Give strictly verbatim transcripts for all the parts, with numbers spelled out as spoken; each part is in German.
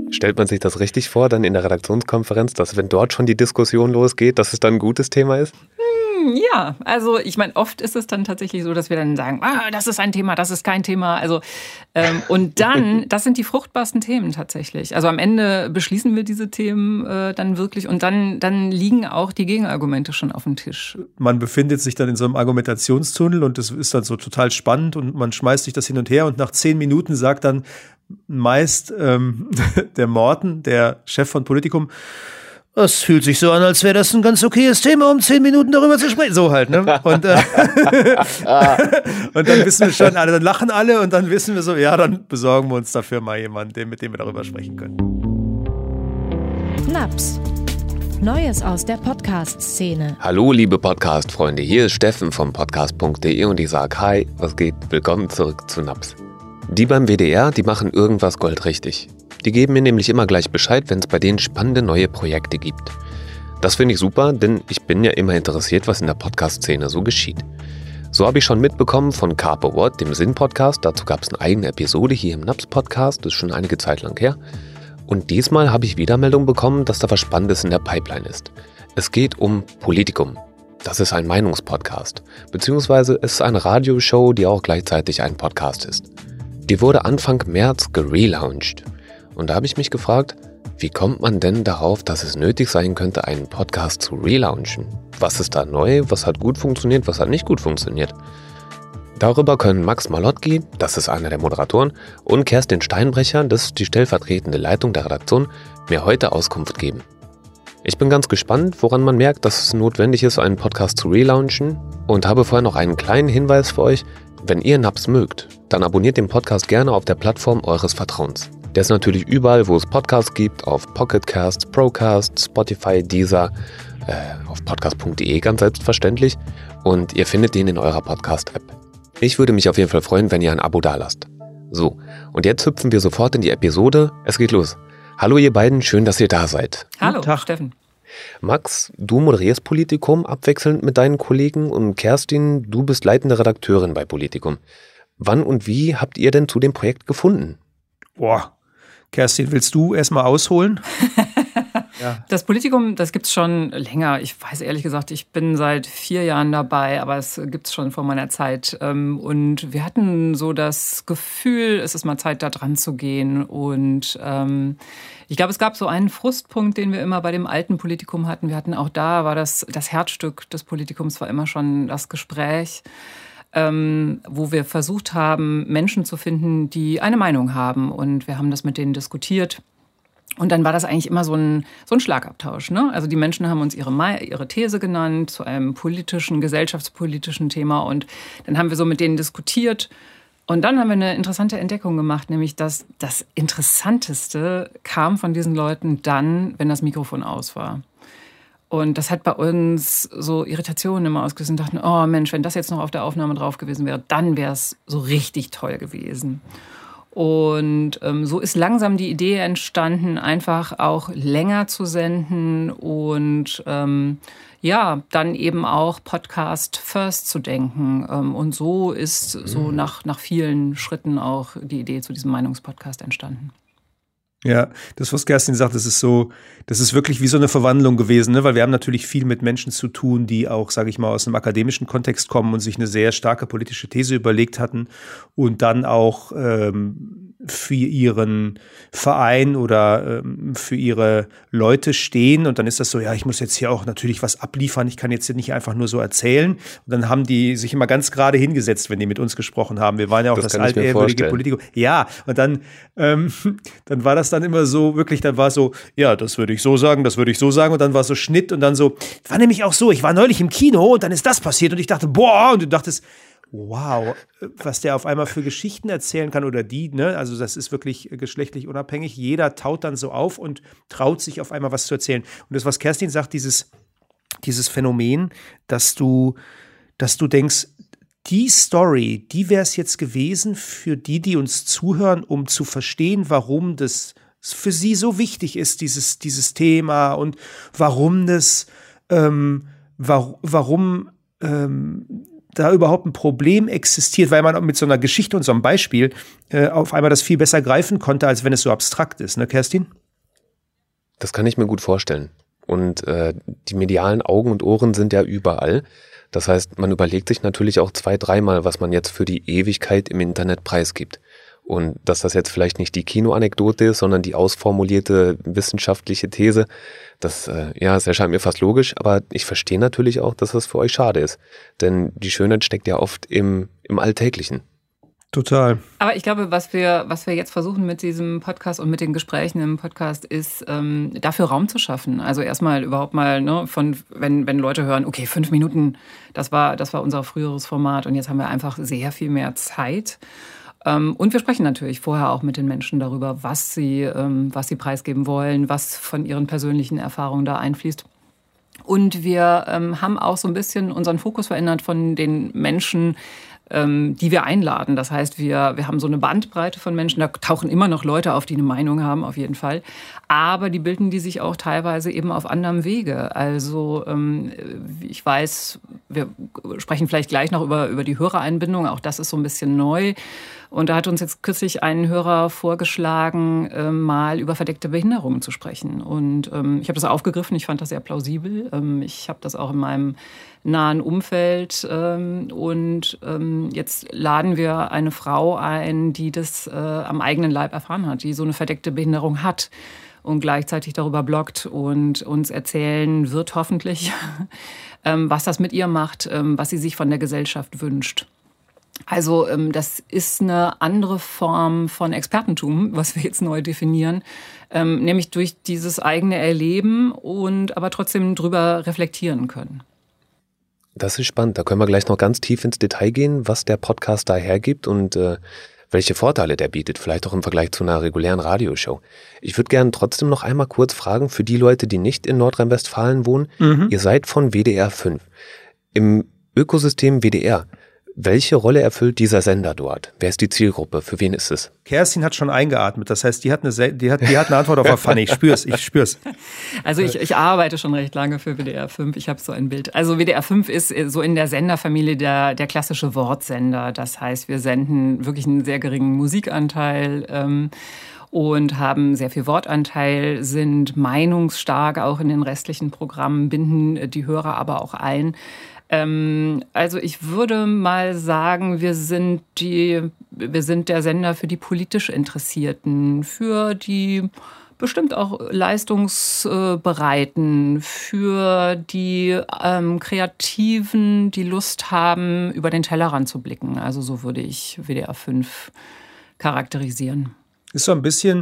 Stellt man sich das richtig vor, dann in der Redaktionskonferenz, dass wenn dort schon die Diskussion losgeht, dass es dann ein gutes Thema ist? Ja, also ich meine, oft ist es dann tatsächlich so, dass wir dann sagen, ah, das ist ein Thema, das ist kein Thema. Also ähm, und dann, das sind die fruchtbarsten Themen tatsächlich. Also am Ende beschließen wir diese Themen äh, dann wirklich und dann, dann liegen auch die Gegenargumente schon auf dem Tisch. Man befindet sich dann in so einem Argumentationstunnel und das ist dann so total spannend und man schmeißt sich das hin und her und nach zehn Minuten sagt dann meist ähm, der Morten, der Chef von Politikum, das fühlt sich so an, als wäre das ein ganz okayes Thema, um zehn Minuten darüber zu sprechen. So halt, ne? Und, äh, und dann wissen wir schon, alle, dann lachen alle und dann wissen wir so, ja, dann besorgen wir uns dafür mal jemanden, mit dem wir darüber sprechen können. Naps. Neues aus der Podcast-Szene. Hallo, liebe Podcast-Freunde, hier ist Steffen vom podcast punkt de und ich sage hi, was geht? Willkommen zurück zu Naps. Die beim W D R, die machen irgendwas goldrichtig. Die geben mir nämlich immer gleich Bescheid, wenn es bei denen spannende neue Projekte gibt. Das finde ich super, denn ich bin ja immer interessiert, was in der Podcast-Szene so geschieht. So habe ich schon mitbekommen von Carpe What, dem Sinn-Podcast. Dazu gab es eine eigene Episode hier im Naps-Podcast, das ist schon einige Zeit lang her. Und diesmal habe ich wieder Meldung bekommen, dass da was Spannendes in der Pipeline ist. Es geht um Politikum. Das ist ein Meinungspodcast, beziehungsweise es ist eine Radioshow, die auch gleichzeitig ein Podcast ist. Die wurde Anfang März gelauncht. Und da habe ich mich gefragt, wie kommt man denn darauf, dass es nötig sein könnte, einen Podcast zu relaunchen? Was ist da neu? Was hat gut funktioniert? Was hat nicht gut funktioniert? Darüber können Max Malotki, das ist einer der Moderatoren, und Kerstin Steinbrecher, das ist die stellvertretende Leitung der Redaktion, mir heute Auskunft geben. Ich bin ganz gespannt, woran man merkt, dass es notwendig ist, einen Podcast zu relaunchen, und habe vorher noch einen kleinen Hinweis für euch. Wenn ihr Naps mögt, dann abonniert den Podcast gerne auf der Plattform eures Vertrauens. Der ist natürlich überall, wo es Podcasts gibt, auf Pocket Casts, Procast, Spotify, Deezer, äh, auf podcast punkt de ganz selbstverständlich und ihr findet den in eurer Podcast-App. Ich würde mich auf jeden Fall freuen, wenn ihr ein Abo dalasst. So, und jetzt hüpfen wir sofort in die Episode. Es geht los. Hallo ihr beiden, schön, dass ihr da seid. Hallo, Steffen. Max, du moderierst Politikum abwechselnd mit deinen Kollegen und Kerstin, du bist leitende Redakteurin bei Politikum. Wann und wie habt ihr denn zu dem Projekt gefunden? Boah, Kerstin, willst du erstmal ausholen? Ja. Das Politikum, das gibt's schon länger. Ich weiß ehrlich gesagt, ich bin seit vier Jahren dabei, aber es gibt's schon vor meiner Zeit. Und wir hatten so das Gefühl, es ist mal Zeit, da dran zu gehen. Und ähm, ich glaube, es gab so einen Frustpunkt, den wir immer bei dem alten Politikum hatten. Wir hatten auch da, war das, das Herzstück des Politikums war immer schon das Gespräch. Ähm, wo wir versucht haben, Menschen zu finden, die eine Meinung haben. Und wir haben das mit denen diskutiert. Und dann war das eigentlich immer so ein, so ein Schlagabtausch, ne? Also die Menschen haben uns ihre, ihre These genannt zu einem politischen, gesellschaftspolitischen Thema. Und dann haben wir so mit denen diskutiert. Und dann haben wir eine interessante Entdeckung gemacht, nämlich dass das Interessanteste kam von diesen Leuten dann, wenn das Mikrofon aus war. Und das hat bei uns so Irritationen immer ausgelöst und dachten, oh Mensch, wenn das jetzt noch auf der Aufnahme drauf gewesen wäre, dann wäre es so richtig toll gewesen. Und ähm, so ist langsam die Idee entstanden, einfach auch länger zu senden und ähm, ja, dann eben auch Podcast First zu denken. Ähm, und so ist so nach, nach vielen Schritten auch die Idee zu diesem Meinungspodcast entstanden. Ja, das, was Kerstin sagt, das ist so, das ist wirklich wie so eine Verwandlung gewesen, ne? Weil wir haben natürlich viel mit Menschen zu tun, die auch, sage ich mal, aus einem akademischen Kontext kommen und sich eine sehr starke politische These überlegt hatten und dann auch ähm, für ihren Verein oder ähm, für ihre Leute stehen. Und dann ist das so, ja, ich muss jetzt hier auch natürlich was abliefern, ich kann jetzt hier nicht einfach nur so erzählen. Und dann haben die sich immer ganz gerade hingesetzt, wenn die mit uns gesprochen haben. Wir waren ja auch das, das altehrwürdige Politikum. Ja, und dann, ähm, dann war das dann immer so, wirklich, dann war so, ja, das würde ich so sagen, das würde ich so sagen. Und dann war so Schnitt und dann so, war nämlich auch so, ich war neulich im Kino und dann ist das passiert und ich dachte, boah, und du dachtest, wow, was der auf einmal für Geschichten erzählen kann oder die, ne? Also das ist wirklich geschlechtlich unabhängig. Jeder taut dann so auf und traut sich auf einmal was zu erzählen. Und das, was Kerstin sagt, dieses, dieses Phänomen, dass du, dass du denkst, die Story, die wäre es jetzt gewesen für die, die uns zuhören, um zu verstehen, warum das für sie so wichtig ist, dieses, dieses Thema und warum das, ähm, war, warum ähm, da überhaupt ein Problem existiert, weil man mit so einer Geschichte und so einem Beispiel äh, auf einmal das viel besser greifen konnte, als wenn es so abstrakt ist, ne, Kerstin? Das kann ich mir gut vorstellen. Und äh, die medialen Augen und Ohren sind ja überall. Das heißt, man überlegt sich natürlich auch zwei, dreimal, was man jetzt für die Ewigkeit im Internet preisgibt. Und dass das jetzt vielleicht nicht die Kinoanekdote ist, sondern die ausformulierte wissenschaftliche These, das äh, ja, das erscheint mir fast logisch, aber ich verstehe natürlich auch, dass das für euch schade ist. Denn die Schönheit steckt ja oft im, im Alltäglichen. Total. Aber ich glaube, was wir, was wir jetzt versuchen mit diesem Podcast und mit den Gesprächen im Podcast, ist, ähm, dafür Raum zu schaffen. Also erstmal überhaupt mal, ne, von, wenn, wenn Leute hören, okay, fünf Minuten, das war, das war unser früheres Format und jetzt haben wir einfach sehr viel mehr Zeit. Und wir sprechen natürlich vorher auch mit den Menschen darüber, was sie, was sie preisgeben wollen, was von ihren persönlichen Erfahrungen da einfließt. Und wir haben auch so ein bisschen unseren Fokus verändert von den Menschen, die wir einladen. Das heißt, wir, wir haben so eine Bandbreite von Menschen. Da tauchen immer noch Leute auf, die eine Meinung haben, auf jeden Fall. Aber die bilden die sich auch teilweise eben auf anderem Wege. Also ich weiß, wir sprechen vielleicht gleich noch über, über die Hörereinbindung. Auch das ist so ein bisschen neu. Und da hat uns jetzt kürzlich ein Hörer vorgeschlagen, äh, mal über verdeckte Behinderungen zu sprechen. Und ähm, ich habe das aufgegriffen, ich fand das sehr plausibel. Ähm, ich habe das auch in meinem nahen Umfeld. Ähm, und ähm, jetzt laden wir eine Frau ein, die das äh, am eigenen Leib erfahren hat, die so eine verdeckte Behinderung hat und gleichzeitig darüber bloggt und uns erzählen wird, hoffentlich, ähm, was das mit ihr macht, ähm, was sie sich von der Gesellschaft wünscht. Also das ist eine andere Form von Expertentum, was wir jetzt neu definieren, ähm, nämlich durch dieses eigene Erleben und aber trotzdem drüber reflektieren können. Das ist spannend. Da können wir gleich noch ganz tief ins Detail gehen, was der Podcast da hergibt und äh, welche Vorteile der bietet, vielleicht auch im Vergleich zu einer regulären Radioshow. Ich würde gerne trotzdem noch einmal kurz fragen, für die Leute, die nicht in Nordrhein-Westfalen wohnen, mhm. Ihr seid von W D R fünf. Im Ökosystem W D R, welche Rolle erfüllt dieser Sender dort? Wer ist die Zielgruppe? Für wen ist es? Kerstin hat schon eingeatmet. Das heißt, die hat eine, die hat, die hat eine Antwort auf der Pfanne. Ich spür's, ich spür's. Also ich, ich arbeite schon recht lange für W D R fünf. Ich habe so ein Bild. Also W D R fünf ist so in der Senderfamilie der, der klassische Wortsender. Das heißt, wir senden wirklich einen sehr geringen Musikanteil ähm, und haben sehr viel Wortanteil, sind meinungsstark auch in den restlichen Programmen, binden die Hörer aber auch ein. Also ich würde mal sagen, wir sind die, wir sind der Sender für die politisch Interessierten, für die bestimmt auch Leistungsbereiten, für die ähm, Kreativen, die Lust haben, über den Tellerrand zu blicken. Also so würde ich W D R fünf charakterisieren. Ist so ein bisschen,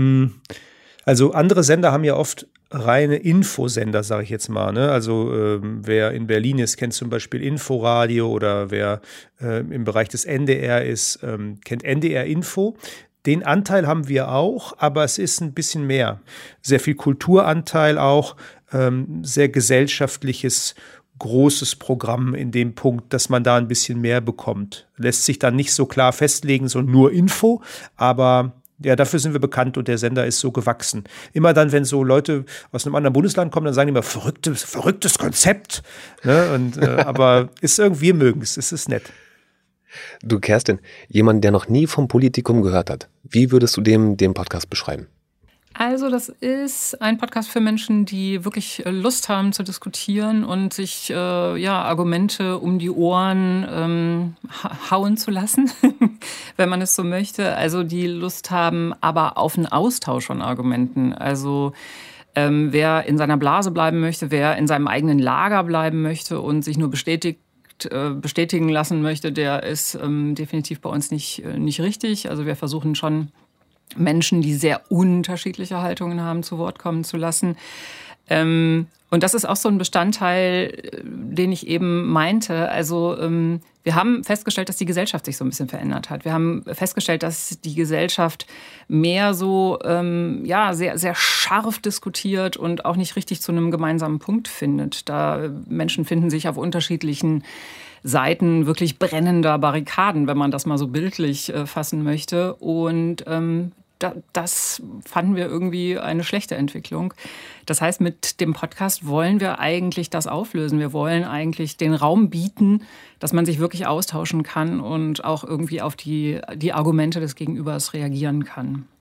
also andere Sender haben ja oft reine Infosender, sage ich jetzt mal. Ne? Also ähm, wer in Berlin ist, kennt zum Beispiel Inforadio oder wer äh, im Bereich des N D R ist, ähm, kennt N D R Info. Den Anteil haben wir auch, aber es ist ein bisschen mehr. Sehr viel Kulturanteil auch, ähm, sehr gesellschaftliches, großes Programm in dem Punkt, dass man da ein bisschen mehr bekommt. Lässt sich dann nicht so klar festlegen, so nur Info, aber ja, dafür sind wir bekannt und der Sender ist so gewachsen. Immer dann, wenn so Leute aus einem anderen Bundesland kommen, dann sagen die immer, verrücktes, verrücktes Konzept. Ne? Und, äh, aber ist irgendwie, wir mögen es, es ist nett. Du, Kerstin, jemand, der noch nie vom Politikum gehört hat, wie würdest du dem den Podcast beschreiben? Also das ist ein Podcast für Menschen, die wirklich Lust haben zu diskutieren und sich äh, ja, Argumente um die Ohren ähm, hauen zu lassen, wenn man es so möchte. Also die Lust haben aber auf einen Austausch von Argumenten. Also ähm, wer in seiner Blase bleiben möchte, wer in seinem eigenen Lager bleiben möchte und sich nur bestätigt, äh, bestätigen lassen möchte, der ist ähm, definitiv bei uns nicht, äh, nicht richtig. Also wir versuchen schon, Menschen, die sehr unterschiedliche Haltungen haben, zu Wort kommen zu lassen. Ähm, und das ist auch so ein Bestandteil, den ich eben meinte. Also ähm, wir haben festgestellt, dass die Gesellschaft sich so ein bisschen verändert hat. Wir haben festgestellt, dass die Gesellschaft mehr so ähm, ja, sehr, sehr scharf diskutiert und auch nicht richtig zu einem gemeinsamen Punkt findet. Da Menschen finden sich auf unterschiedlichen Seiten wirklich brennender Barrikaden, wenn man das mal so bildlich äh, fassen möchte. Und ähm, da, das fanden wir irgendwie eine schlechte Entwicklung. Das heißt, mit dem Podcast wollen wir eigentlich das auflösen. Wir wollen eigentlich den Raum bieten, dass man sich wirklich austauschen kann und auch irgendwie auf die, die Argumente des Gegenübers reagieren kann.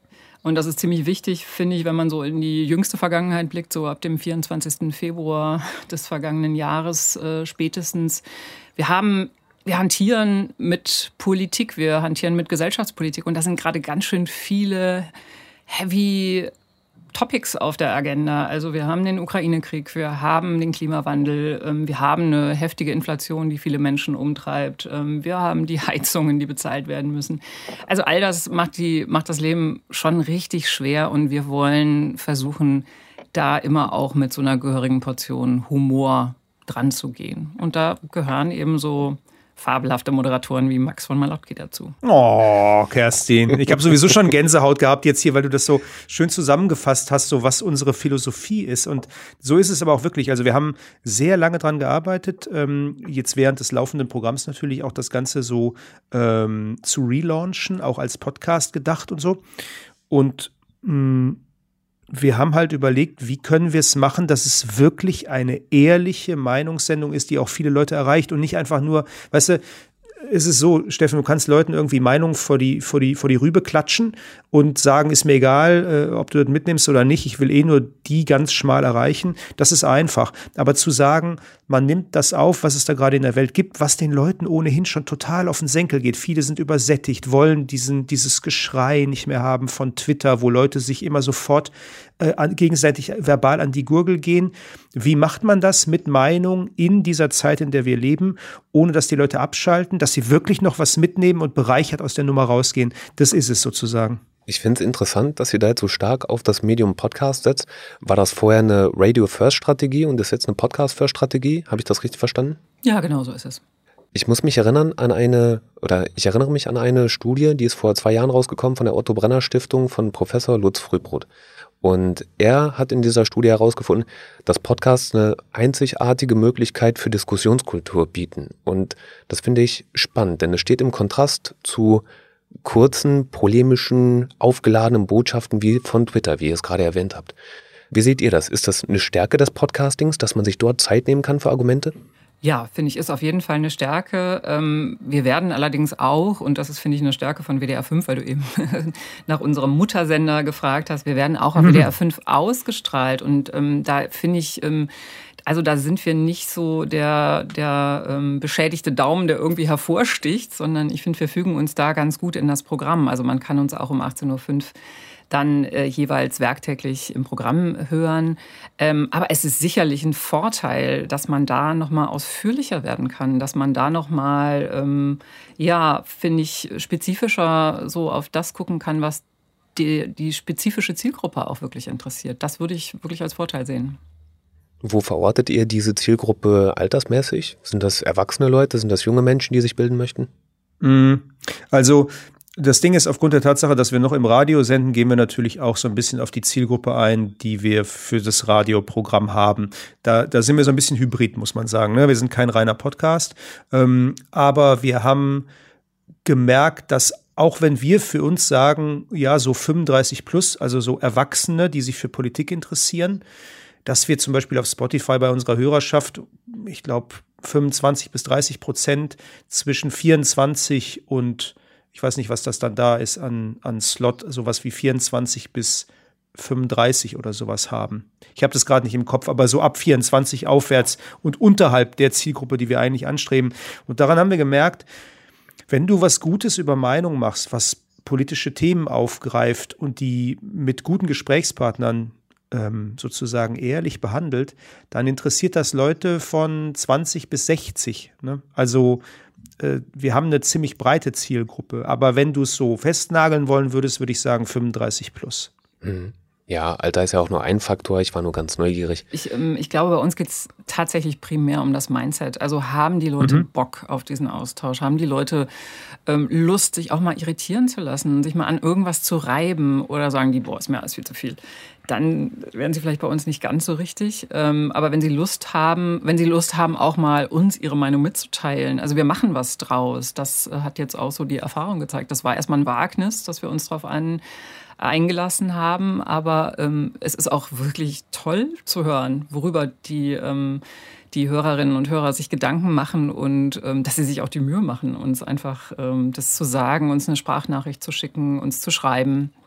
Und das ist ziemlich wichtig, finde ich, wenn man so in die jüngste Vergangenheit blickt, so ab dem vierundzwanzigsten Februar des vergangenen Jahres äh, spätestens. Wir haben, wir hantieren mit Politik, wir hantieren mit Gesellschaftspolitik und da sind gerade ganz schön viele heavy Topics auf der Agenda. Also wir haben den Ukraine-Krieg, wir haben den Klimawandel, wir haben eine heftige Inflation, die viele Menschen umtreibt, wir haben die Heizungen, die bezahlt werden müssen. Also all das macht, die, macht das Leben schon richtig schwer und wir wollen versuchen, da immer auch mit so einer gehörigen Portion Humor dran zu gehen. Und da gehören eben so fabelhafte Moderatoren wie Max von Malotki dazu. Oh, Kerstin. Ich habe sowieso schon Gänsehaut gehabt jetzt hier, weil du das so schön zusammengefasst hast, so was unsere Philosophie ist. Und so ist es aber auch wirklich. Also wir haben sehr lange dran gearbeitet, ähm, jetzt während des laufenden Programms natürlich auch das Ganze so ähm, zu relaunchen, auch als Podcast gedacht und so. Und mh, wir haben halt überlegt, wie können wir es machen, dass es wirklich eine ehrliche Meinungssendung ist, die auch viele Leute erreicht und nicht einfach nur, weißt du, es ist so, Steffen, du kannst Leuten irgendwie Meinungen vor die, vor die, vor die Rübe klatschen und sagen, ist mir egal, äh, ob du das mitnimmst oder nicht, ich will eh nur die ganz schmal erreichen. Das ist einfach. Aber zu sagen, man nimmt das auf, was es da gerade in der Welt gibt, was den Leuten ohnehin schon total auf den Senkel geht. Viele sind übersättigt, wollen diesen, dieses Geschrei nicht mehr haben von Twitter, wo Leute sich immer sofort äh, gegenseitig verbal an die Gurgel gehen. Wie macht man das mit Meinung in dieser Zeit, in der wir leben, ohne dass die Leute abschalten, dass sie wirklich noch was mitnehmen und bereichert aus der Nummer rausgehen? Das ist es sozusagen. Ich finde es interessant, dass ihr da jetzt so stark auf das Medium Podcast setzt. War das vorher eine Radio-First-Strategie und ist jetzt eine Podcast-First-Strategie? Habe ich das richtig verstanden? Ja, genau so ist es. Ich muss mich erinnern an eine, oder ich erinnere mich an eine Studie, die ist vor zwei Jahren rausgekommen von der Otto-Brenner-Stiftung von Professor Lutz Frühbrot. Und er hat in dieser Studie herausgefunden, dass Podcasts eine einzigartige Möglichkeit für Diskussionskultur bieten. Und das finde ich spannend, denn es steht im Kontrast zu kurzen, polemischen, aufgeladenen Botschaften wie von Twitter, wie ihr es gerade erwähnt habt. Wie seht ihr das? Ist das eine Stärke des Podcastings, dass man sich dort Zeit nehmen kann für Argumente? Ja, finde ich, ist auf jeden Fall eine Stärke. Wir werden allerdings auch, und das ist, finde ich, eine Stärke von W D R fünf, weil du eben nach unserem Muttersender gefragt hast, wir werden auch auf mhm. W D R fünf ausgestrahlt. Und ähm, da finde ich, ähm, also da sind wir nicht so der, der ähm, beschädigte Daumen, der irgendwie hervorsticht, sondern ich finde, wir fügen uns da ganz gut in das Programm. Also man kann uns auch um achtzehn Uhr fünf dann äh, jeweils werktäglich im Programm hören. Ähm, aber es ist sicherlich ein Vorteil, dass man da noch mal ausführlicher werden kann, dass man da noch mal, ähm, ja, finde ich, spezifischer so auf das gucken kann, was die, die spezifische Zielgruppe auch wirklich interessiert. Das würde ich wirklich als Vorteil sehen. Wo verortet ihr diese Zielgruppe altersmäßig? Sind das erwachsene Leute? Sind das junge Menschen, die sich bilden möchten? Also das Ding ist, aufgrund der Tatsache, dass wir noch im Radio senden, gehen wir natürlich auch so ein bisschen auf die Zielgruppe ein, die wir für das Radioprogramm haben. Da, da sind wir so ein bisschen hybrid, muss man sagen. Wir sind kein reiner Podcast, ähm, aber wir haben gemerkt, dass auch wenn wir für uns sagen, ja, so fünfunddreißig plus, also so Erwachsene, die sich für Politik interessieren, dass wir zum Beispiel auf Spotify bei unserer Hörerschaft, ich glaube, fünfundzwanzig bis dreißig Prozent zwischen vierundzwanzig und ich weiß nicht, was das dann da ist an, an Slot, sowas wie vierundzwanzig bis fünfunddreißig oder sowas haben. Ich habe das gerade nicht im Kopf, aber so ab vierundzwanzig aufwärts und unterhalb der Zielgruppe, die wir eigentlich anstreben. Und daran haben wir gemerkt, wenn du was Gutes über Meinung machst, was politische Themen aufgreift und die mit guten Gesprächspartnern ähm, sozusagen ehrlich behandelt, dann interessiert das Leute von zwanzig bis sechzig. Ne? Also wir haben eine ziemlich breite Zielgruppe, aber wenn du es so festnageln wollen würdest, würde ich sagen fünfunddreißig plus. Ja, Alter ist ja auch nur ein Faktor, ich war nur ganz neugierig. Ich, ähm, ich glaube, bei uns geht es tatsächlich primär um das Mindset. Also haben die Leute mhm. Bock auf diesen Austausch? Haben die Leute ähm, Lust, sich auch mal irritieren zu lassen, sich mal an irgendwas zu reiben oder sagen die, boah, ist mir alles viel zu viel? Dann werden sie vielleicht bei uns nicht ganz so richtig. Ähm, aber wenn sie Lust haben, wenn sie Lust haben, auch mal uns ihre Meinung mitzuteilen. Also wir machen was draus. Das hat jetzt auch so die Erfahrung gezeigt. Das war erstmal ein Wagnis, dass wir uns darauf ein, eingelassen haben. Aber ähm, es ist auch wirklich toll zu hören, worüber die, ähm, die Hörerinnen und Hörer sich Gedanken machen und ähm, dass sie sich auch die Mühe machen, uns einfach ähm, das zu sagen, uns eine Sprachnachricht zu schicken, uns zu schreiben.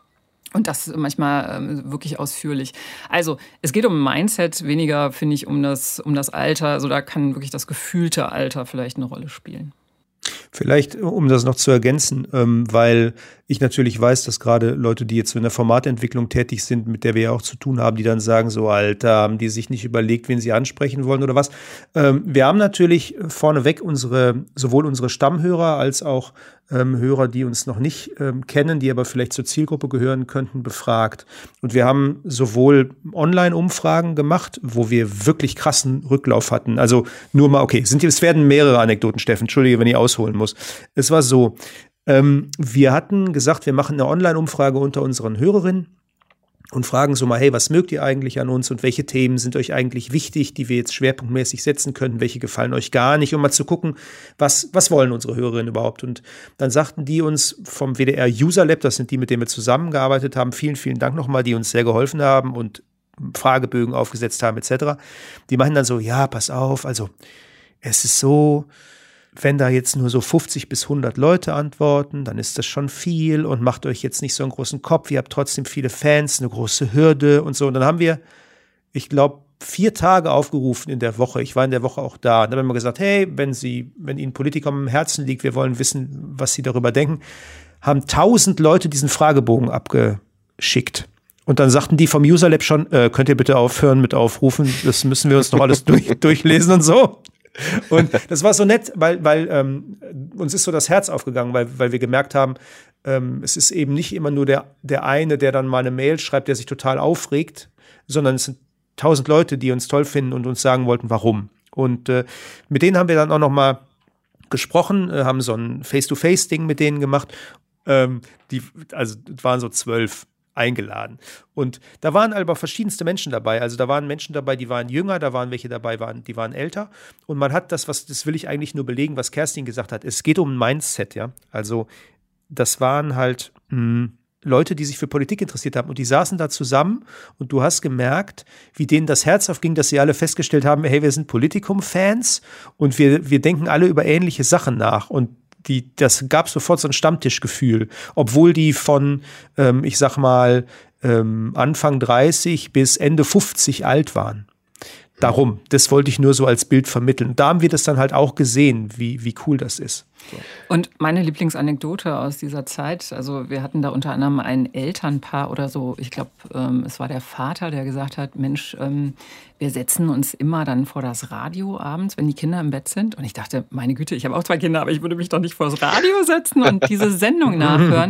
Und das manchmal ähm, wirklich ausführlich. Also es geht um Mindset, weniger, finde ich, um das, um das Alter. Also da kann wirklich das gefühlte Alter vielleicht eine Rolle spielen. Vielleicht, um das noch zu ergänzen, ähm, weil ich natürlich weiß, dass gerade Leute, die jetzt so in der Formatentwicklung tätig sind, mit der wir ja auch zu tun haben, die dann sagen, so Alter, haben die sich nicht überlegt, wen sie ansprechen wollen oder was. Ähm, wir haben natürlich vorneweg unsere, sowohl unsere Stammhörer als auch ähm, Hörer, die uns noch nicht ähm, kennen, die aber vielleicht zur Zielgruppe gehören könnten, befragt. Und wir haben sowohl Online-Umfragen gemacht, wo wir wirklich krassen Rücklauf hatten. Also nur mal, okay, sind, es werden mehrere Anekdoten, Steffen, entschuldige, wenn ich ausholen muss. Es war so, ähm, wir hatten gesagt, wir machen eine Online-Umfrage unter unseren Hörerinnen und fragen so mal, hey, was mögt ihr eigentlich an uns und welche Themen sind euch eigentlich wichtig, die wir jetzt schwerpunktmäßig setzen können, welche gefallen euch gar nicht, um mal zu gucken, was, was wollen unsere Hörerinnen überhaupt. Und dann sagten die uns vom W D R User Lab, das sind die, mit denen wir zusammengearbeitet haben, vielen, vielen Dank nochmal, die uns sehr geholfen haben und Fragebögen aufgesetzt haben et cetera. Die meinen dann so, ja, pass auf, also es ist so, wenn da jetzt nur so fünfzig bis hundert Leute antworten, dann ist das schon viel und macht euch jetzt nicht so einen großen Kopf. Ihr habt trotzdem viele Fans, eine große Hürde und so. Und dann haben wir, ich glaube, vier Tage aufgerufen in der Woche. Ich war in der Woche auch da. Und dann haben wir gesagt, hey, wenn Sie, wenn Ihnen Politik am Herzen liegt, wir wollen wissen, was Sie darüber denken, haben tausend Leute diesen Fragebogen abgeschickt. Und dann sagten die vom User Lab schon, äh, könnt ihr bitte aufhören mit Aufrufen, das müssen wir uns noch alles durch, durchlesen und so. Und das war so nett, weil, weil ähm, uns ist so das Herz aufgegangen, weil, weil wir gemerkt haben, ähm, es ist eben nicht immer nur der, der eine, der dann mal eine Mail schreibt, der sich total aufregt, sondern es sind tausend Leute, die uns toll finden und uns sagen wollten, warum. Und äh, mit denen haben wir dann auch noch mal gesprochen, äh, haben so ein Face-to-Face-Ding mit denen gemacht. Ähm, die, also waren so zwölf eingeladen. Und da waren aber verschiedenste Menschen dabei. Also da waren Menschen dabei, die waren jünger, da waren welche dabei, waren, die waren älter. Und man hat das, was, das will ich eigentlich nur belegen, was Kerstin gesagt hat. Es geht um ein Mindset, ja. Also das waren halt mh, Leute, die sich für Politik interessiert haben und die saßen da zusammen und du hast gemerkt, wie denen das Herz aufging, dass sie alle festgestellt haben, hey, wir sind Politikum-Fans und wir, wir denken alle über ähnliche Sachen nach und Die, das gab sofort so ein Stammtischgefühl, obwohl die von, ähm, ich sag mal, ähm, Anfang dreißig bis Ende fünfzig alt waren. Darum, das wollte ich nur so als Bild vermitteln. Da haben wir das dann halt auch gesehen, wie, wie cool das ist. So. Und meine Lieblingsanekdote aus dieser Zeit, also wir hatten da unter anderem ein Elternpaar oder so, ich glaube, ähm, es war der Vater, der gesagt hat, Mensch, ähm, wir setzen uns immer dann vor das Radio abends, wenn die Kinder im Bett sind. Und ich dachte, meine Güte, ich habe auch zwei Kinder, aber ich würde mich doch nicht vor das Radio setzen und diese Sendung nachhören.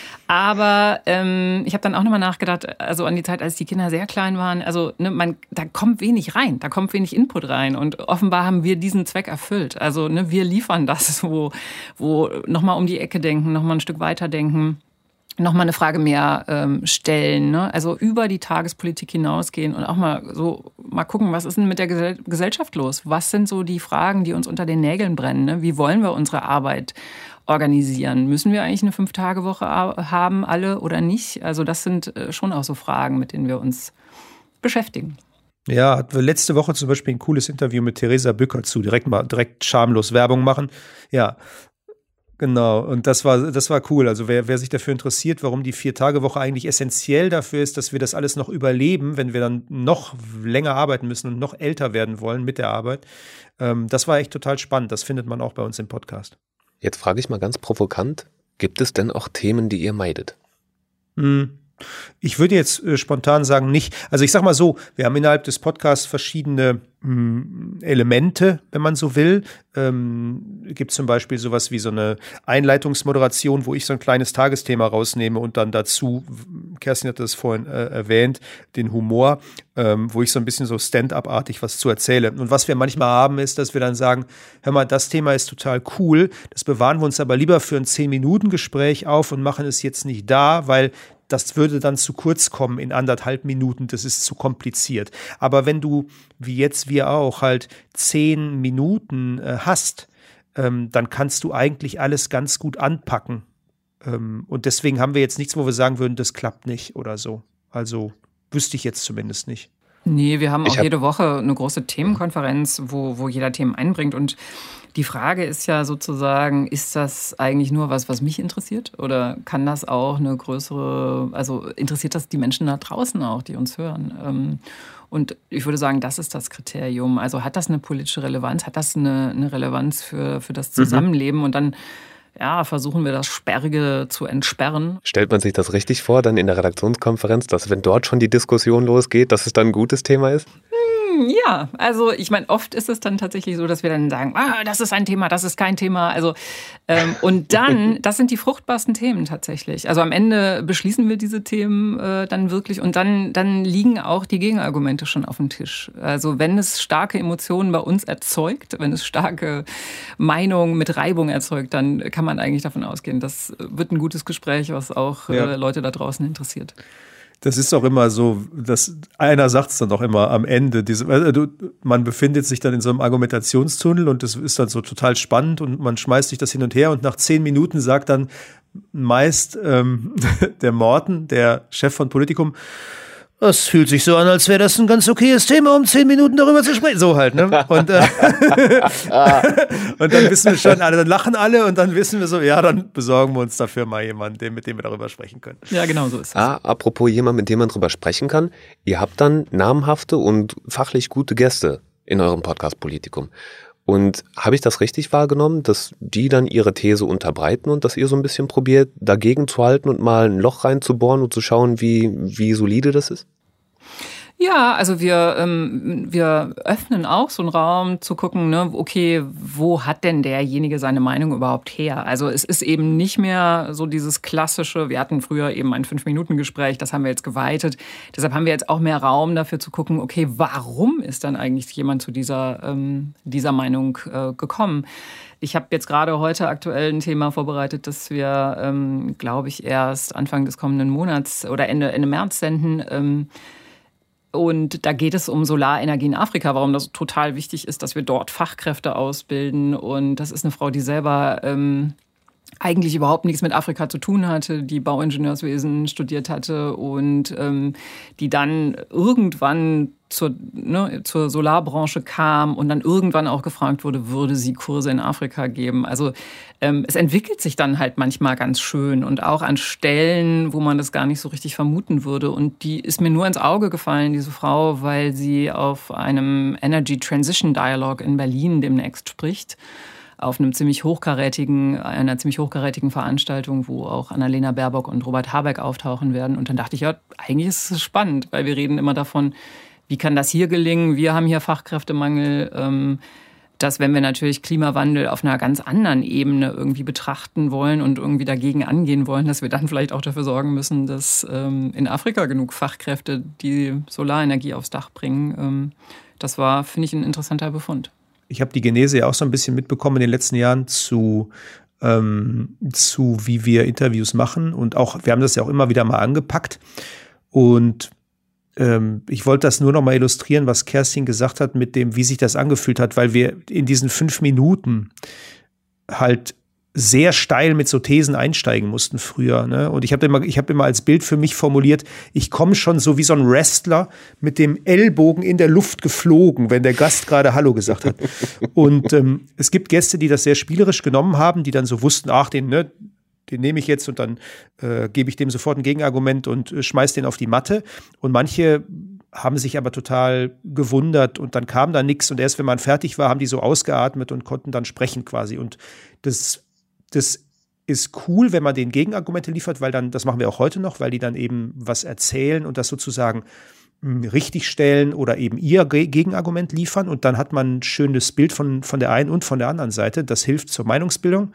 Aber ähm, ich habe dann auch nochmal nachgedacht, also an die Zeit, als die Kinder sehr klein waren, also ne, man, da kommt wenig rein, da kommt wenig Input rein und offenbar haben wir diesen Zweck erfüllt. Also ne, wir liefern das, wo, wo nochmal um die Ecke denken, nochmal ein Stück weiter denken, nochmal eine Frage mehr ähm, stellen, ne? Also über die Tagespolitik hinausgehen und auch mal so mal gucken, was ist denn mit der Gesell- Gesellschaft los? Was sind so die Fragen, die uns unter den Nägeln brennen? Ne? Wie wollen wir unsere Arbeit organisieren? Müssen wir eigentlich eine Fünf-Tage-Woche haben, alle oder nicht? Also das sind schon auch so Fragen, mit denen wir uns beschäftigen. Ja, hatten wir letzte Woche zum Beispiel ein cooles Interview mit Theresa Bücker zu, direkt mal direkt schamlos Werbung machen. Ja, genau. Und das war, das war cool. Also wer, wer sich dafür interessiert, warum die Vier-Tage-Woche eigentlich essentiell dafür ist, dass wir das alles noch überleben, wenn wir dann noch länger arbeiten müssen und noch älter werden wollen mit der Arbeit, ähm, das war echt total spannend. Das findet man auch bei uns im Podcast. Jetzt frage ich mal ganz provokant, gibt es denn auch Themen, die ihr meidet? Hm. Ich würde jetzt äh, spontan sagen, nicht. Also ich sag mal so, wir haben innerhalb des Podcasts verschiedene mh, Elemente, wenn man so will. Ähm, gibt zum Beispiel sowas wie so eine Einleitungsmoderation, wo ich so ein kleines Tagesthema rausnehme und dann dazu, Kerstin hat das vorhin äh, erwähnt, den Humor, ähm, wo ich so ein bisschen so Stand-up-artig was zu erzähle. Und was wir manchmal haben, ist, dass wir dann sagen, hör mal, das Thema ist total cool, das bewahren wir uns aber lieber für ein zehn-Minuten-Gespräch auf und machen es jetzt nicht da, weil das würde dann zu kurz kommen in anderthalb Minuten, das ist zu kompliziert. Aber wenn du, wie jetzt wir auch, halt zehn Minuten äh, hast, ähm, dann kannst du eigentlich alles ganz gut anpacken. Ähm, und deswegen haben wir jetzt nichts, wo wir sagen würden, das klappt nicht oder so. Also wüsste ich jetzt zumindest nicht. Nee, wir haben auch hab jede Woche eine große Themenkonferenz, wo, wo jeder Themen einbringt. Und die Frage ist ja sozusagen, ist das eigentlich nur was, was mich interessiert? Oder kann das auch eine größere, also interessiert das die Menschen da draußen auch, die uns hören? Und ich würde sagen, das ist das Kriterium. Also hat das eine politische Relevanz? Hat das eine, eine Relevanz für, für das Zusammenleben? Mhm. Und dann ja, versuchen wir das Sperrige zu entsperren. Stellt man sich das richtig vor, dann in der Redaktionskonferenz, dass wenn dort schon die Diskussion losgeht, dass es dann ein gutes Thema ist? Ja, also ich meine, oft ist es dann tatsächlich so, dass wir dann sagen, ah, das ist ein Thema, das ist kein Thema. Also ähm, und dann, das sind die fruchtbarsten Themen tatsächlich. Also am Ende beschließen wir diese Themen äh, dann wirklich und dann, dann liegen auch die Gegenargumente schon auf dem Tisch. Also wenn es starke Emotionen bei uns erzeugt, wenn es starke Meinungen mit Reibung erzeugt, dann kann man eigentlich davon ausgehen, das wird ein gutes Gespräch, was auch äh, ja. Leute da draußen interessiert. Das ist auch immer so, dass einer sagt es dann doch immer am Ende. Diese, also man befindet sich dann in so einem Argumentationstunnel und das ist dann so total spannend und man schmeißt sich das hin und her und nach zehn Minuten sagt dann meist ähm, der Morten, der Chef von Politikum, das fühlt sich so an, als wäre das ein ganz okayes Thema, um zehn Minuten darüber zu sprechen. So halt, ne? Und, äh, und dann wissen wir schon, alle, dann lachen alle und dann wissen wir so, ja, dann besorgen wir uns dafür mal jemanden, mit dem wir darüber sprechen können. Ja, genau so ist das. Ah, apropos jemand, mit dem man darüber sprechen kann. Ihr habt dann namhafte und fachlich gute Gäste in eurem Podcast Politikum. Und habe ich das richtig wahrgenommen, dass die dann ihre These unterbreiten und dass ihr so ein bisschen probiert, dagegen zu halten und mal ein Loch reinzubohren und zu schauen, wie, wie solide das ist? Ja, also wir, ähm, wir öffnen auch so einen Raum zu gucken, ne, okay, wo hat denn derjenige seine Meinung überhaupt her? Also es ist eben nicht mehr so dieses klassische, wir hatten früher eben ein Fünf-Minuten-Gespräch, das haben wir jetzt geweitet. Deshalb haben wir jetzt auch mehr Raum dafür zu gucken, okay, warum ist dann eigentlich jemand zu dieser, ähm, dieser Meinung äh, gekommen? Ich habe jetzt gerade heute aktuell ein Thema vorbereitet, das wir, ähm, glaube ich, erst Anfang des kommenden Monats oder Ende, Ende März senden. Ähm, Und da geht es um Solarenergie in Afrika, warum das total wichtig ist, dass wir dort Fachkräfte ausbilden. Und das ist eine Frau, die selber ähm, eigentlich überhaupt nichts mit Afrika zu tun hatte, die Bauingenieurswesen studiert hatte und ähm, die dann irgendwann zur, ne, zur Solarbranche kam und dann irgendwann auch gefragt wurde, würde sie Kurse in Afrika geben. Also ähm, es entwickelt sich dann halt manchmal ganz schön und auch an Stellen, wo man das gar nicht so richtig vermuten würde. Und die ist mir nur ins Auge gefallen, diese Frau, weil sie auf einem Energy Transition Dialogue in Berlin demnächst spricht. Auf einem ziemlich hochkarätigen, einer ziemlich hochkarätigen Veranstaltung, wo auch Annalena Baerbock und Robert Habeck auftauchen werden. Und dann dachte ich, ja, eigentlich ist es spannend, weil wir reden immer davon, wie kann das hier gelingen? Wir haben hier Fachkräftemangel, ähm, dass wenn wir natürlich Klimawandel auf einer ganz anderen Ebene irgendwie betrachten wollen und irgendwie dagegen angehen wollen, dass wir dann vielleicht auch dafür sorgen müssen, dass ähm, in Afrika genug Fachkräfte die Solarenergie aufs Dach bringen. Ähm, das war, finde ich, ein interessanter Befund. Ich habe die Genese ja auch so ein bisschen mitbekommen in den letzten Jahren zu, ähm, zu wie wir Interviews machen. Und auch, wir haben das ja auch immer wieder mal angepackt. Und ähm, ich wollte das nur noch mal illustrieren, was Kerstin gesagt hat, mit dem, wie sich das angefühlt hat, weil wir in diesen fünf Minuten halt sehr steil mit so Thesen einsteigen mussten früher. Ne? Und ich habe immer, ich habe immer als Bild für mich formuliert, ich komme schon so wie so ein Wrestler mit dem Ellbogen in der Luft geflogen, wenn der Gast gerade Hallo gesagt hat. Und ähm, es gibt Gäste, die das sehr spielerisch genommen haben, die dann so wussten, ach, den, ne, den nehme ich jetzt und dann äh, gebe ich dem sofort ein Gegenargument und äh, schmeiß den auf die Matte. Und manche haben sich aber total gewundert und dann kam da nichts. Und erst wenn man fertig war, haben die so ausgeatmet und konnten dann sprechen quasi. Und das Das ist cool, wenn man denen Gegenargumente liefert, weil dann, das machen wir auch heute noch, weil die dann eben was erzählen und das sozusagen mh, richtig stellen oder eben ihr Ge- Gegenargument liefern und dann hat man ein schönes Bild von, von der einen und von der anderen Seite. Das hilft zur Meinungsbildung.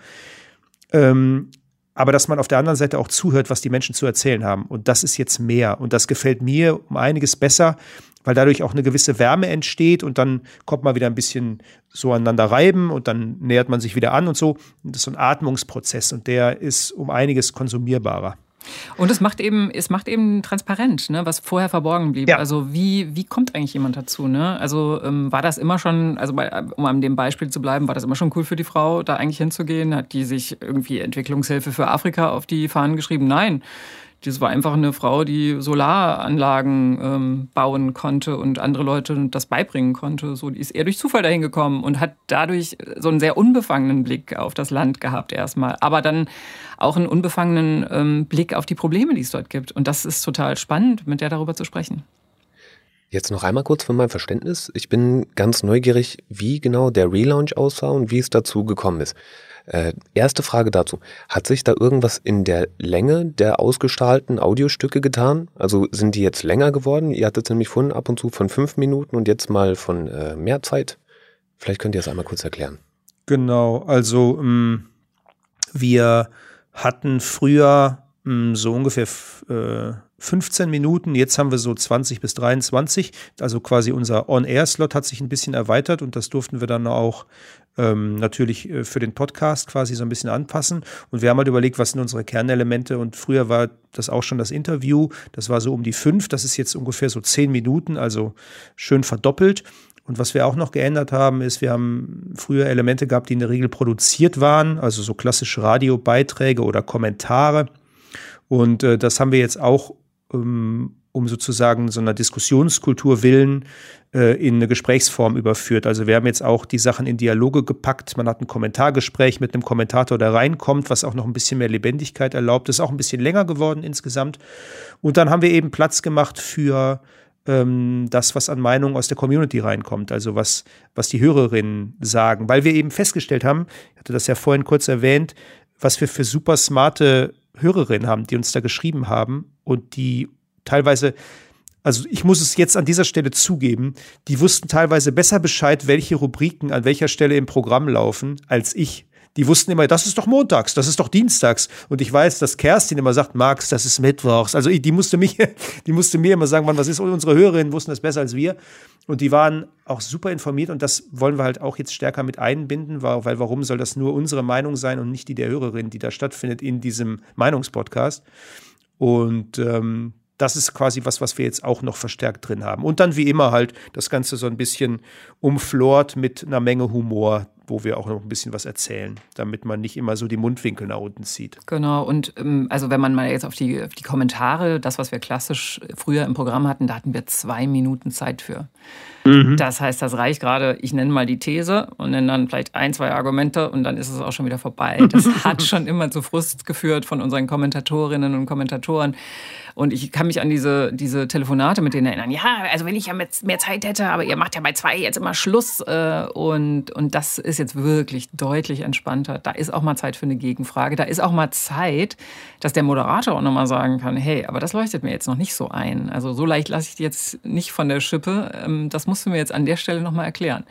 Ähm, aber dass man auf der anderen Seite auch zuhört, was die Menschen zu erzählen haben. Und das ist jetzt mehr. Und das gefällt mir um einiges besser, weil dadurch auch eine gewisse Wärme entsteht und dann kommt man wieder ein bisschen so aneinander reiben und dann nähert man sich wieder an und so. Und das ist so ein Atmungsprozess und der ist um einiges konsumierbarer. Und es macht eben, es macht eben transparent, ne, was vorher verborgen blieb. Ja. Also wie, wie kommt eigentlich jemand dazu? Ne? Also ähm, war das immer schon, also bei, um an dem Beispiel zu bleiben, war das immer schon cool für die Frau, da eigentlich hinzugehen? Hat die sich irgendwie Entwicklungshilfe für Afrika auf die Fahnen geschrieben? Nein. Das war einfach eine Frau, die Solaranlagen ähm, bauen konnte und andere Leute das beibringen konnte. So, die ist eher durch Zufall dahin gekommen und hat dadurch so einen sehr unbefangenen Blick auf das Land gehabt erstmal. Aber dann auch einen unbefangenen ähm, Blick auf die Probleme, die es dort gibt. Und das ist total spannend, mit der darüber zu sprechen. Jetzt noch einmal kurz für mein Verständnis. Ich bin ganz neugierig, wie genau der Relaunch aussah und wie es dazu gekommen ist. Äh, erste Frage dazu. Hat sich da irgendwas in der Länge der ausgestrahlten Audiostücke getan? Also sind die jetzt länger geworden? Ihr hattet nämlich vorhin ab und zu von fünf Minuten und jetzt mal von äh, mehr Zeit. Vielleicht könnt ihr das einmal kurz erklären. Genau, also ähm, wir hatten früher ähm, so ungefähr äh, fünfzehn Minuten, jetzt haben wir so zwanzig bis dreiundzwanzig, also quasi unser On-Air-Slot hat sich ein bisschen erweitert und das durften wir dann auch ähm, natürlich äh, für den Podcast quasi so ein bisschen anpassen und wir haben halt überlegt, was sind unsere Kernelemente und früher war das auch schon das Interview, das war so um die fünf, das ist jetzt ungefähr so zehn Minuten, also schön verdoppelt. Und was wir auch noch geändert haben, ist, wir haben früher Elemente gehabt, die in der Regel produziert waren, also so klassische Radiobeiträge oder Kommentare und äh, das haben wir jetzt auch um sozusagen so einer Diskussionskultur willen äh, in eine Gesprächsform überführt. Also wir haben jetzt auch die Sachen in Dialoge gepackt. Man hat ein Kommentargespräch mit einem Kommentator, der reinkommt, was auch noch ein bisschen mehr Lebendigkeit erlaubt. Das ist auch ein bisschen länger geworden insgesamt. Und dann haben wir eben Platz gemacht für ähm, das, was an Meinungen aus der Community reinkommt. Also was, was die Hörerinnen sagen. Weil wir eben festgestellt haben, ich hatte das ja vorhin kurz erwähnt, was wir für super smarte Hörerinnen haben, die uns da geschrieben haben und die teilweise, also ich muss es jetzt an dieser Stelle zugeben, die wussten teilweise besser Bescheid, welche Rubriken an welcher Stelle im Programm laufen, als ich. Die wussten immer, das ist doch montags, das ist doch dienstags. Und ich weiß, dass Kerstin immer sagt, Max, das ist mittwochs. Also die musste mich, die musste mir immer sagen, wann was ist. Und unsere Hörerinnen wussten das besser als wir. Und die waren auch super informiert. Und das wollen wir halt auch jetzt stärker mit einbinden, weil, weil warum soll das nur unsere Meinung sein und nicht die der Hörerin, die da stattfindet in diesem Meinungspodcast. Und ähm, das ist quasi was, was wir jetzt auch noch verstärkt drin haben. Und dann wie immer halt das Ganze so ein bisschen umflort mit einer Menge Humor, wo wir auch noch ein bisschen was erzählen, damit man nicht immer so die Mundwinkel nach unten zieht. Genau, und ähm, also wenn man mal jetzt auf die, auf die Kommentare, das, was wir klassisch früher im Programm hatten, da hatten wir zwei Minuten Zeit für. Mhm. Das heißt, das reicht gerade, ich nenne mal die These und nenne dann vielleicht ein, zwei Argumente und dann ist es auch schon wieder vorbei. Das hat schon immer zu Frust geführt von unseren Kommentatorinnen und Kommentatoren. Und ich kann mich an diese, diese Telefonate mit denen erinnern. Ja, also wenn ich ja mehr Zeit hätte, aber ihr macht ja bei zwei jetzt immer Schluss. Und, und das ist jetzt wirklich deutlich entspannter. Da ist auch mal Zeit für eine Gegenfrage. Da ist auch mal Zeit, dass der Moderator auch nochmal sagen kann, hey, aber das leuchtet mir jetzt noch nicht so ein. Also so leicht lasse ich die jetzt nicht von der Schippe. Das musst du mir jetzt an der Stelle nochmal erklären.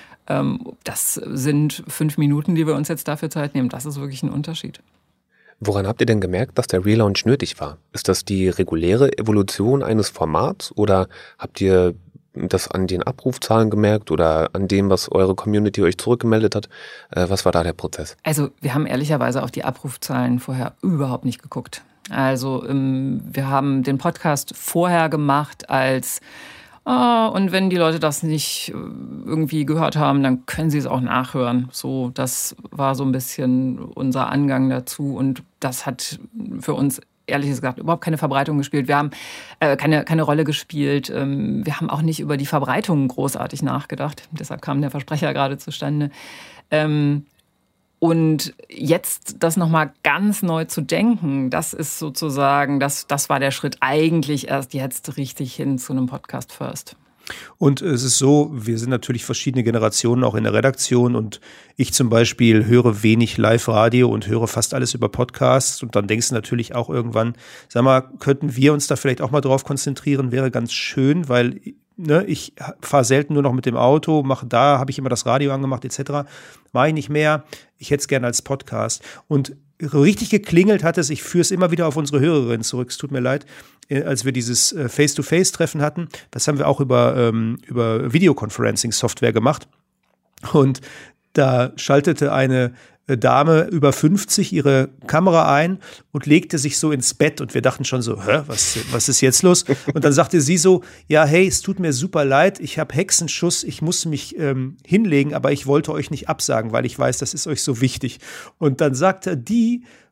Das sind fünf Minuten, die wir uns jetzt dafür Zeit nehmen. Das ist wirklich ein Unterschied. Woran habt ihr denn gemerkt, dass der Relaunch nötig war? Ist das die reguläre Evolution eines Formats oder habt ihr das an den Abrufzahlen gemerkt oder an dem, was eure Community euch zurückgemeldet hat? Was war da der Prozess? Also wir haben ehrlicherweise auf die Abrufzahlen vorher überhaupt nicht geguckt. Also wir haben den Podcast vorher gemacht als Ah, und wenn die Leute das nicht irgendwie gehört haben, dann können sie es auch nachhören. So, das war so ein bisschen unser Angang dazu. Und das hat für uns, ehrlich gesagt, überhaupt keine Verbreitung gespielt. Wir haben äh, keine, keine Rolle gespielt. Ähm, wir haben auch nicht über die Verbreitung großartig nachgedacht. Deshalb kam der Versprecher gerade zustande. Ähm, Und jetzt das nochmal ganz neu zu denken, das ist sozusagen, das, das war der Schritt eigentlich erst jetzt richtig hin zu einem Podcast First. Und es ist so, wir sind natürlich verschiedene Generationen auch in der Redaktion und ich zum Beispiel höre wenig Live-Radio und höre fast alles über Podcasts und dann denkst du natürlich auch irgendwann, sag mal, könnten wir uns da vielleicht auch mal drauf konzentrieren, wäre ganz schön, weil ne, ich fahre selten nur noch mit dem Auto, mache da, habe ich immer das Radio angemacht et cetera. Mache ich nicht mehr, ich hätte es gerne als Podcast. Und richtig geklingelt hat es, ich führe es immer wieder auf unsere Hörerinnen zurück, es tut mir leid, als wir dieses Face-to-Face-Treffen hatten, das haben wir auch über, ähm, über Videoconferencing-Software gemacht. Und da schaltete eine Dame über fünfzig ihre Kamera ein und legte sich so ins Bett und wir dachten schon so, hä, was, was ist jetzt los? Und dann sagte sie so, ja, hey, es tut mir super leid, ich habe Hexenschuss, ich muss mich ähm, hinlegen, aber ich wollte euch nicht absagen, weil ich weiß, das ist euch so wichtig. Und dann sagte die,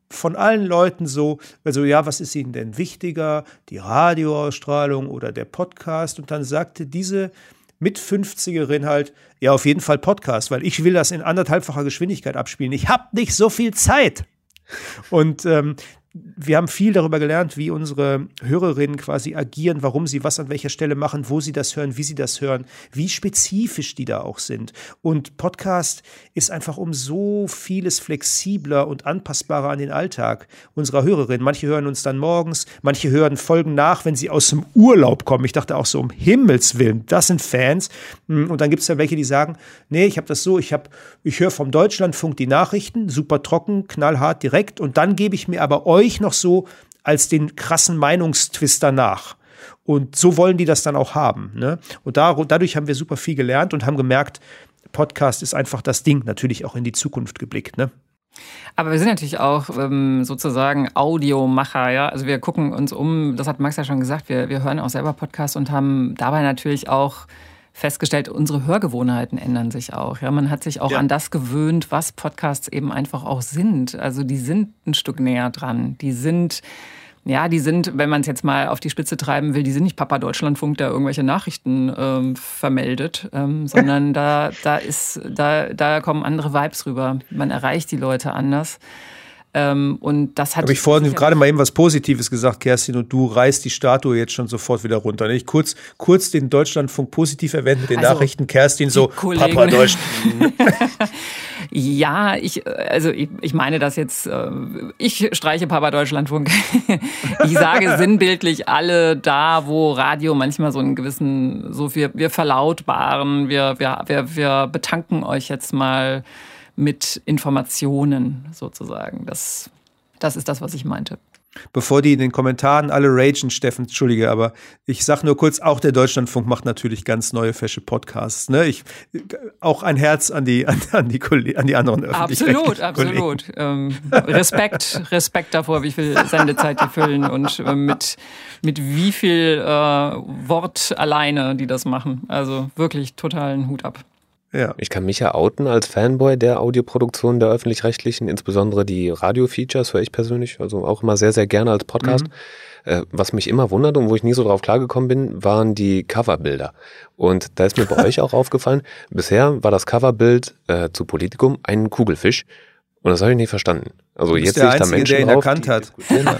von allen Leuten so, also ja, was ist Ihnen denn wichtiger, die Radioausstrahlung oder der Podcast? Und dann sagte diese Mit-fünfzigerin halt, ja, auf jeden Fall Podcast, weil ich will das in anderthalbfacher Geschwindigkeit abspielen. Ich habe nicht so viel Zeit. Und ähm, wir haben viel darüber gelernt, wie unsere Hörerinnen quasi agieren, warum sie was an welcher Stelle machen, wo sie das hören, wie sie das hören, wie spezifisch die da auch sind. Und Podcast ist einfach um so vieles flexibler und anpassbarer an den Alltag unserer Hörerinnen. Manche hören uns dann morgens, manche hören Folgen nach, wenn sie aus dem Urlaub kommen. Ich dachte auch so, um Himmels Willen, das sind Fans. Und dann gibt es ja welche, die sagen, nee, ich habe das so, ich, hab, ich höre vom Deutschlandfunk die Nachrichten, super trocken, knallhart, direkt. Und dann gebe ich mir aber euch noch so als den krassen Meinungstwister nach. Und so wollen die das dann auch haben. Ne? Und da, dadurch haben wir super viel gelernt und haben gemerkt, Podcast ist einfach das Ding, natürlich auch in die Zukunft geblickt. Ne? Aber wir sind natürlich auch ähm, sozusagen Audiomacher. Ja? Also wir gucken uns um, das hat Max ja schon gesagt, wir, wir hören auch selber Podcasts und haben dabei natürlich auch festgestellt, unsere Hörgewohnheiten ändern sich auch. Ja, man hat sich auch ja. an das gewöhnt, was Podcasts eben einfach auch sind. Also die sind ein Stück näher dran. Die sind, ja, die sind, wenn man es jetzt mal auf die Spitze treiben will, die sind nicht Papa Deutschlandfunk, der irgendwelche Nachrichten ähm, vermeldet, ähm, sondern da, da ist, da, da kommen andere Vibes rüber. Man erreicht die Leute anders. Ähm, und das hat. Habe ich vorhin gerade mal eben was Positives gesagt, Kerstin, und du reißt die Statue jetzt schon sofort wieder runter. Ich kurz, kurz den Deutschlandfunk positiv erwähnt mit den also, Nachrichten, Kerstin so, Kollegen. Papa Deutschland. Ja, ich, also ich, ich meine das jetzt, ich streiche Papa Deutschlandfunk. Ich sage sinnbildlich alle da, wo Radio manchmal so einen gewissen, so wir, wir verlautbaren, wir, wir, wir, wir betanken euch jetzt mal mit Informationen sozusagen. Das, das ist das, was ich meinte. Bevor die in den Kommentaren alle ragen, Steffen, entschuldige, aber ich sag nur kurz, auch der Deutschlandfunk macht natürlich ganz neue, fesche Podcasts. Ne? Ich, auch ein Herz an die, an, an die, Kolle- an die anderen Öffentlich-rechtlichen Absolut, absolut. Ähm, Respekt, Respekt davor, wie viel Sendezeit die füllen und äh, mit, mit wie viel äh, Wort alleine die das machen. Also wirklich totalen Hut ab. Ja. Ich kann mich ja outen als Fanboy der Audioproduktion der Öffentlich-Rechtlichen, insbesondere die Radio-Features höre ich persönlich, also auch immer sehr, sehr gerne als Podcast. Mhm. Äh, was mich immer wundert und wo ich nie so drauf klargekommen bin, waren die Coverbilder. Und da ist mir bei euch auch aufgefallen, bisher war das Coverbild äh, zu Politikum ein Kugelfisch und das habe ich nicht verstanden. Also jetzt sehe ich da Menschen der ihn drauf, erkannt hat.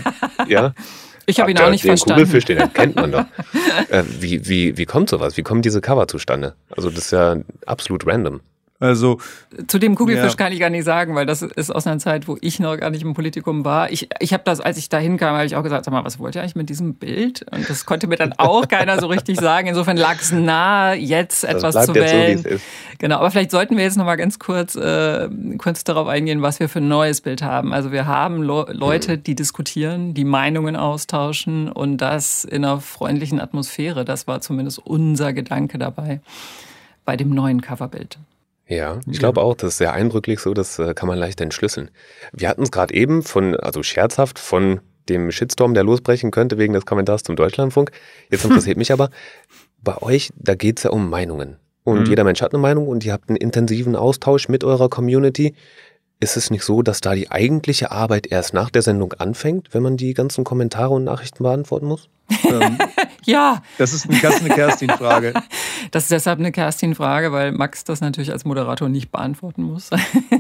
Ja. Ich habe ihn auch nicht den verstanden. Kugelfisch, den erkennt man doch. äh, wie, wie, wie kommt sowas? Wie kommen diese Cover zustande? Also das ist ja absolut random. Also zu dem Kugelfisch ja. kann ich gar nicht sagen, weil das ist aus einer Zeit, wo ich noch gar nicht im Politikum war. Ich, ich habe das, als ich da hinkam, habe ich auch gesagt, sag mal, was wollt ihr eigentlich mit diesem Bild? Und das konnte mir dann auch keiner so richtig sagen. Insofern lag es nahe, jetzt etwas zu wählen. So, wie es ist. Genau, aber vielleicht sollten wir jetzt noch mal ganz kurz, äh, kurz darauf eingehen, was wir für ein neues Bild haben. Also wir haben Lo- Leute, die diskutieren, die Meinungen austauschen und das in einer freundlichen Atmosphäre. Das war zumindest unser Gedanke dabei bei dem neuen Coverbild. Ja, ich glaube auch, das ist sehr eindrücklich so, das äh, kann man leicht entschlüsseln. Wir hatten es gerade eben von, also scherzhaft, von dem Shitstorm, der losbrechen könnte wegen des Kommentars zum Deutschlandfunk. Jetzt interessiert mich aber, bei euch, da geht es ja um Meinungen. Und mhm. jeder Mensch hat eine Meinung und ihr habt einen intensiven Austausch mit eurer Community. Ist es nicht so, dass da die eigentliche Arbeit erst nach der Sendung anfängt, wenn man die ganzen Kommentare und Nachrichten beantworten muss? ähm, ja. Das ist eine, eine Kerstin-Frage. Das ist deshalb eine Kerstin-Frage, weil Max das natürlich als Moderator nicht beantworten muss.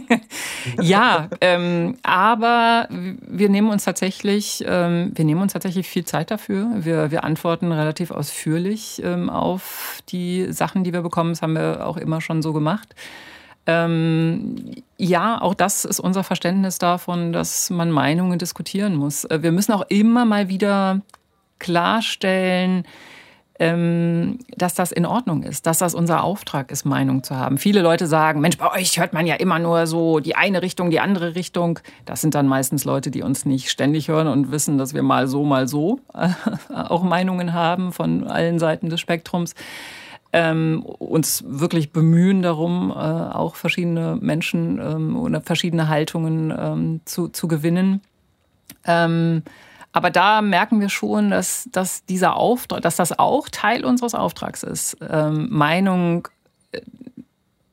Ja, ähm, aber wir nehmen uns tatsächlich, ähm, wir nehmen uns tatsächlich viel Zeit dafür. Wir, wir antworten relativ ausführlich ähm, auf die Sachen, die wir bekommen. Das haben wir auch immer schon so gemacht. Ähm, ja, auch das ist unser Verständnis davon, dass man Meinungen diskutieren muss. Wir müssen auch immer mal wieder klarstellen, ähm, dass das in Ordnung ist, dass das unser Auftrag ist, Meinung zu haben. Viele Leute sagen, Mensch, bei euch hört man ja immer nur so die eine Richtung, die andere Richtung. Das sind dann meistens Leute, die uns nicht ständig hören und wissen, dass wir mal so, mal so äh, auch Meinungen haben von allen Seiten des Spektrums. Ähm, uns wirklich bemühen darum, äh, auch verschiedene Menschen ähm, oder verschiedene Haltungen ähm, zu, zu gewinnen. Ähm, aber da merken wir schon, dass, dass dieser Auftrag, dass das auch Teil unseres Auftrags ist, ähm, Meinung äh,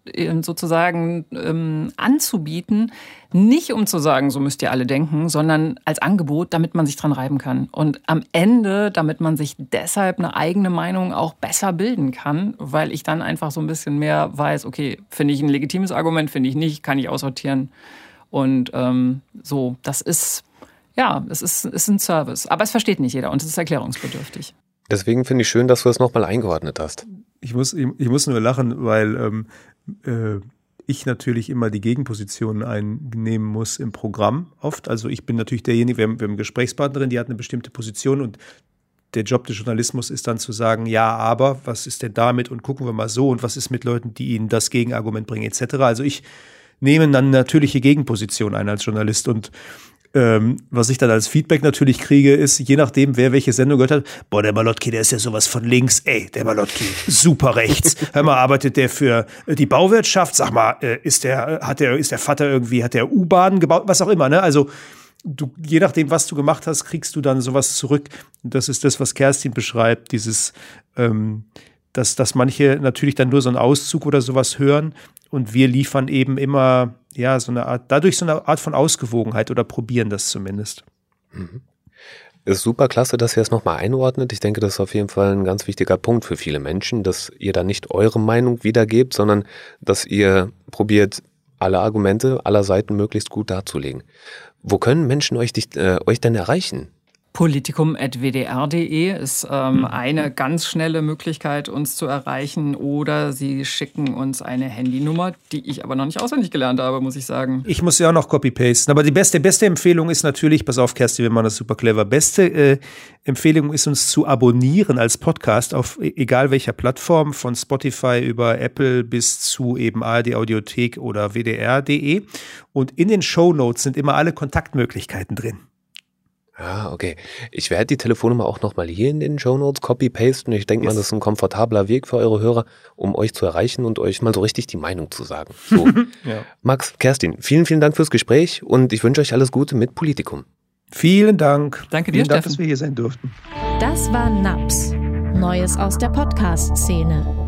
sozusagen ähm, anzubieten, nicht um zu sagen, so müsst ihr alle denken, sondern als Angebot, damit man sich dran reiben kann. Und am Ende, damit man sich deshalb eine eigene Meinung auch besser bilden kann, weil ich dann einfach so ein bisschen mehr weiß, okay, finde ich ein legitimes Argument, finde ich nicht, kann ich aussortieren. Und ähm, so, das ist, ja, es ist, ist ein Service. Aber es versteht nicht jeder und es ist erklärungsbedürftig. Deswegen finde ich schön, dass du es nochmal eingeordnet hast. Ich muss, ich, ich muss nur lachen, weil ähm, äh, ich natürlich immer die Gegenpositionen einnehmen muss im Programm oft. Also ich bin natürlich derjenige, wir haben, wir haben eine Gesprächspartnerin, die hat eine bestimmte Position und der Job des Journalismus ist dann zu sagen, ja, aber was ist denn damit und gucken wir mal so und was ist mit Leuten, die ihnen das Gegenargument bringen et cetera. Also ich nehme dann natürliche Gegenposition ein als Journalist und Ähm, was ich dann als Feedback natürlich kriege, ist, je nachdem, wer welche Sendung gehört hat, boah, der Malotki, der ist ja sowas von links, ey, der Malotki, super rechts. Hör mal, arbeitet der für die Bauwirtschaft? Sag mal, ist der, hat der, ist der Vater irgendwie, hat der U-Bahn gebaut? Was auch immer, ne? Also, du, je nachdem, was du gemacht hast, kriegst du dann sowas zurück. Und das ist das, was Kerstin beschreibt, dieses, ähm, dass, dass manche natürlich dann nur so einen Auszug oder sowas hören und wir liefern eben immer ja, so eine Art, dadurch so eine Art von Ausgewogenheit oder probieren das zumindest. Mhm. Ist super klasse, dass ihr es nochmal einordnet. Ich denke, das ist auf jeden Fall ein ganz wichtiger Punkt für viele Menschen, dass ihr da nicht eure Meinung wiedergebt, sondern dass ihr probiert, alle Argumente aller Seiten möglichst gut darzulegen. Wo können Menschen euch, dich, äh, euch denn erreichen? Politikum at w d r punkt d e ist ähm, eine ganz schnelle Möglichkeit, uns zu erreichen. Oder Sie schicken uns eine Handynummer, die ich aber noch nicht auswendig gelernt habe, muss ich sagen. Ich muss ja auch noch copy-pasten. Aber die beste, beste Empfehlung ist natürlich, pass auf, Kerstin, wir machen das super clever. Beste äh, Empfehlung ist, uns zu abonnieren als Podcast auf egal welcher Plattform, von Spotify über Apple bis zu eben A R D Audiothek oder w d r punkt d e. Und in den Shownotes sind immer alle Kontaktmöglichkeiten drin. Ah, okay. Ich werde die Telefonnummer auch nochmal hier in den Shownotes copy-pasten. Ich denke yes. mal, das ist ein komfortabler Weg für eure Hörer, um euch zu erreichen und euch mal so richtig die Meinung zu sagen. So. ja. Max, Kerstin, vielen, vielen Dank fürs Gespräch und ich wünsche euch alles Gute mit Politikum. Vielen Dank. Danke dir, Vielen Dank, Steffen. dass wir hier sein durften. Das war Naps. Neues aus der Podcast-Szene.